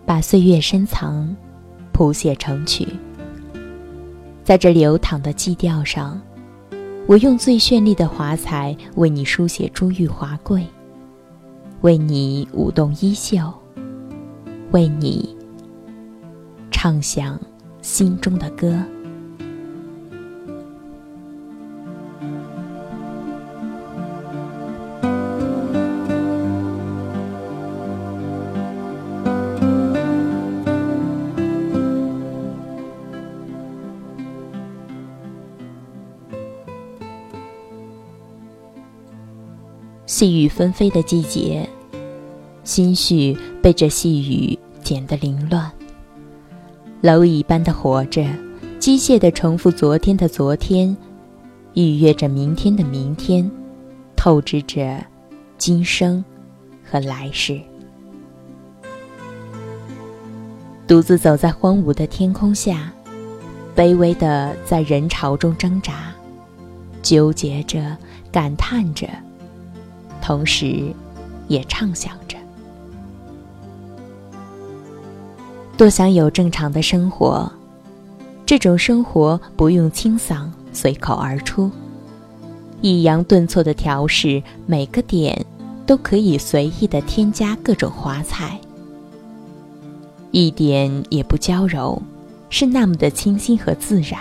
把岁月深藏，谱写成曲。在这流淌的基调上，我用最绚丽的华彩为你书写珠玉华贵，为你舞动衣袖，为你唱响心中的歌。细雨纷飞的季节，心绪被这细雨剪得凌乱。蝼蚁般的活着，机械地重复昨天的昨天，预约着明天的明天，透支着今生和来世。独自走在荒芜的天空下，卑微地在人潮中挣扎，纠结着，感叹着，同时也畅想着。多想有正常的生活，这种生活不用清嗓随口而出，抑扬顿挫的调试，每个点都可以随意地添加各种华彩，一点也不娇柔，是那么的清新和自然。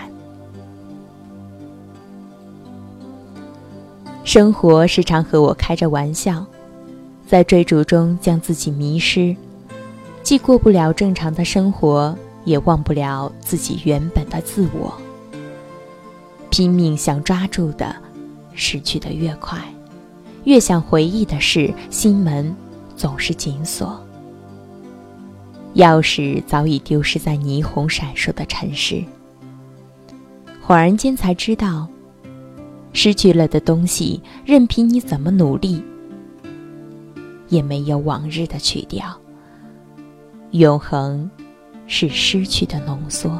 生活时常和我开着玩笑，在追逐中将自己迷失，既过不了正常的生活，也忘不了自己原本的自我。拼命想抓住的，失去的越快，越想回忆的事，心门总是紧锁。钥匙早已丢失在霓虹闪烁的城市，恍然间才知道，失去了的东西，任凭你怎么努力，也没有往日的去掉。永恒是失去的浓缩。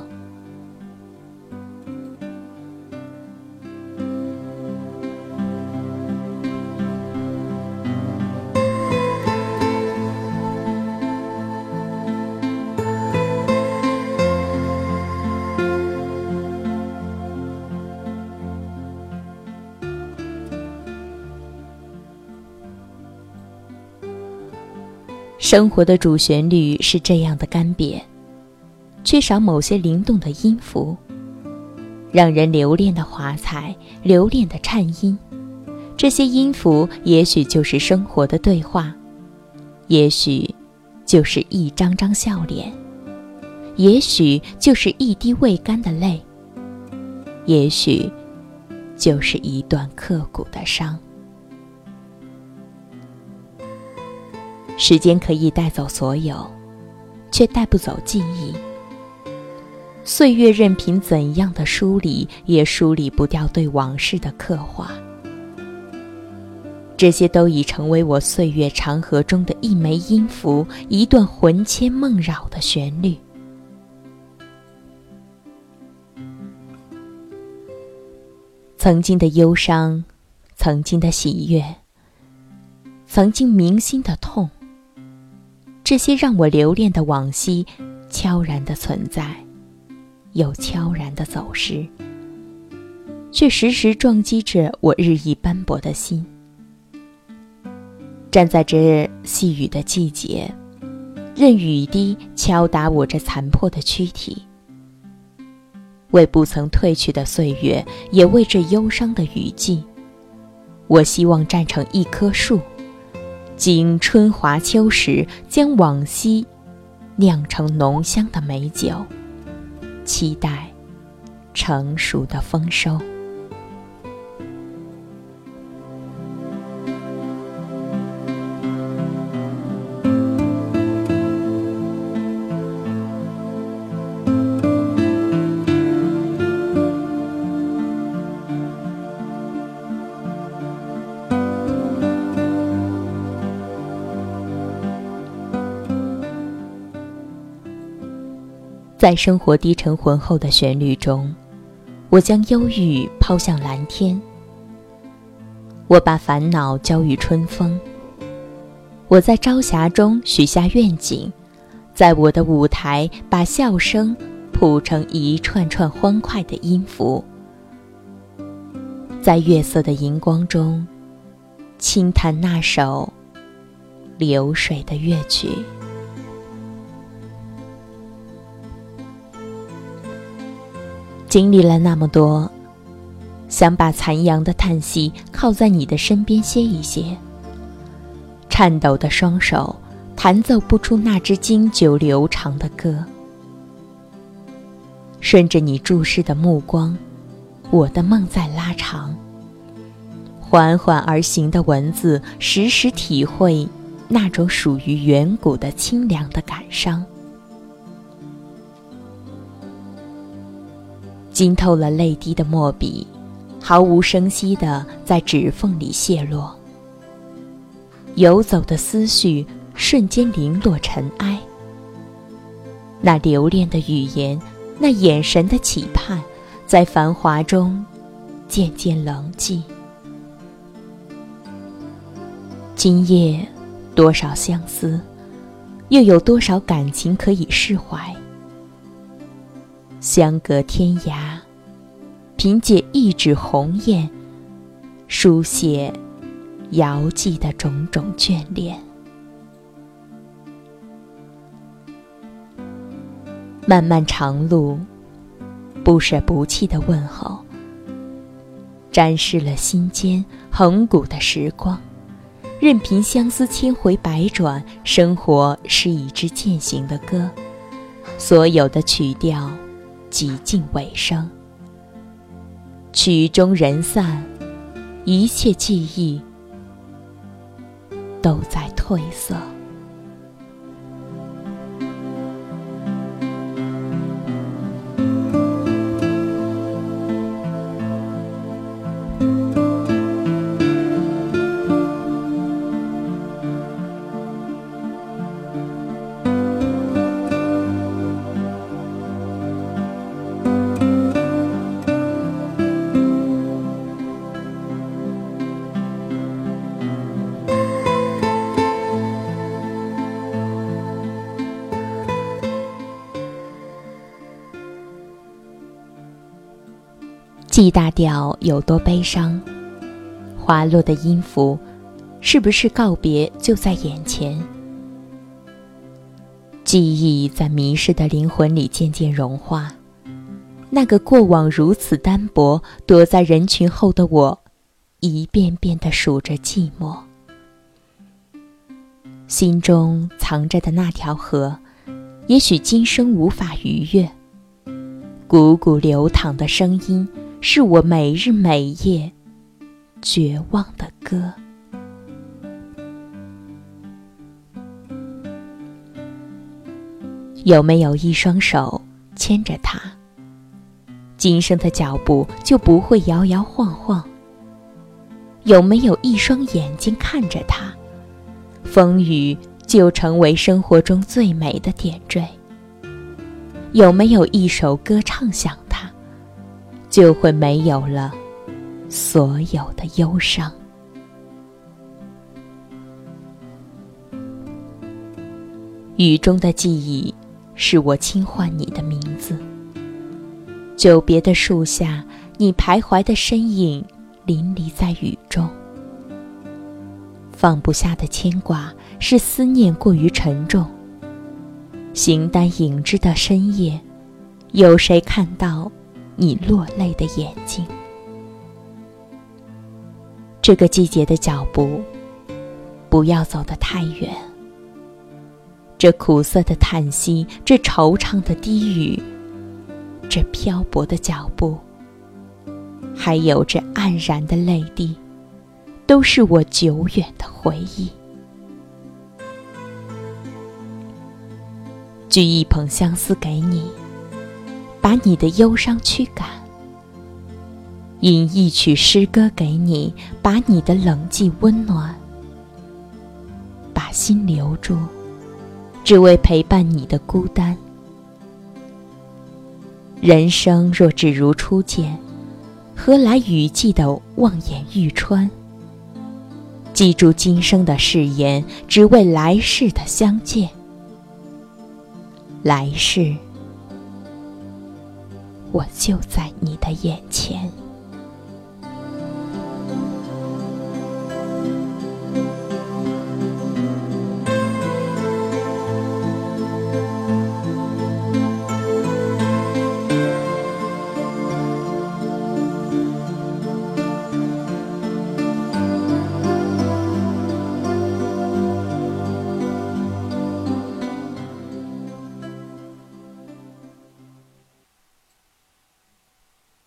生活的主旋律是这样的干瘪，缺少某些灵动的音符，让人留恋的华彩，留恋的颤音。这些音符也许就是生活的对话，也许就是一张张笑脸，也许就是一滴未干的泪，也许就是一段刻骨的伤。时间可以带走所有，却带不走记忆。岁月任凭怎样的梳理，也梳理不掉对往事的刻画。这些都已成为我岁月长河中的一枚音符，一段魂牵梦绕的旋律。曾经的忧伤，曾经的喜悦，曾经铭心的痛，这些让我留恋的往昔，悄然的存在，又悄然的走失，却时时撞击着我日益斑驳的心。站在这细雨的季节，任雨滴敲打我这残破的躯体，为不曾褪去的岁月，也为这忧伤的雨季，我希望站成一棵树，经春华秋实，将往昔酿成浓香的美酒，期待成熟的丰收。在生活低沉浑厚的旋律中，我将忧郁抛向蓝天，我把烦恼交予春风，我在朝霞中许下愿景， 在我的舞台把笑声谱成一串串欢快的音符，在月色的荧光中轻弹那首流水的乐曲。经历了那么多，想把残阳的叹息靠在你的身边歇一歇，颤抖的双手弹奏不出那支经久流长的歌。顺着你注视的目光，我的梦在拉长，缓缓而行的文字时时体会那种属于远古的清凉的感伤。浸透了泪滴的墨笔毫无声息地在指缝里泄落，游走的思绪瞬间零落尘埃。那留恋的语言，那眼神的期盼，在繁华中渐渐冷寂。今夜多少相思，又有多少感情可以释怀？相隔天涯，凭借一纸鸿雁，书写遥寄的种种眷恋。漫漫长路，不舍不弃的问候，沾湿了心间恒古的时光。任凭相思千回百转，生活是一支渐行的歌，所有的曲调几近尾声，曲终人散，一切记忆都在褪色。G 大调有多悲伤，滑落的音符是不是告别就在眼前？记忆在迷失的灵魂里渐渐融化，那个过往如此单薄，躲在人群后的我，一遍遍地数着寂寞。心中藏着的那条河，也许今生无法逾越。汩汩流淌的声音，是我每日每夜绝望的歌。有没有一双手牵着它，今生的脚步就不会摇摇晃晃？有没有一双眼睛看着它，风雨就成为生活中最美的点缀？有没有一首歌唱响它，就会没有了所有的忧伤？雨中的记忆，是我轻唤你的名字。久别的树下，你徘徊的身影淋漓在雨中。放不下的牵挂，是思念过于沉重。形单影只的深夜，有谁看到你落泪的眼睛？这个季节的脚步，不要走得太远。这苦涩的叹息，这惆怅的低语，这漂泊的脚步，还有这黯然的泪滴，都是我久远的回忆。掬一捧相思给你，把你的忧伤驱赶；吟一曲诗歌给你，把你的冷寂温暖。把心留住，只为陪伴你的孤单。人生若只如初见，何来雨季的望眼欲穿？记住今生的誓言，只为来世的相见。 来世我就在你的眼前。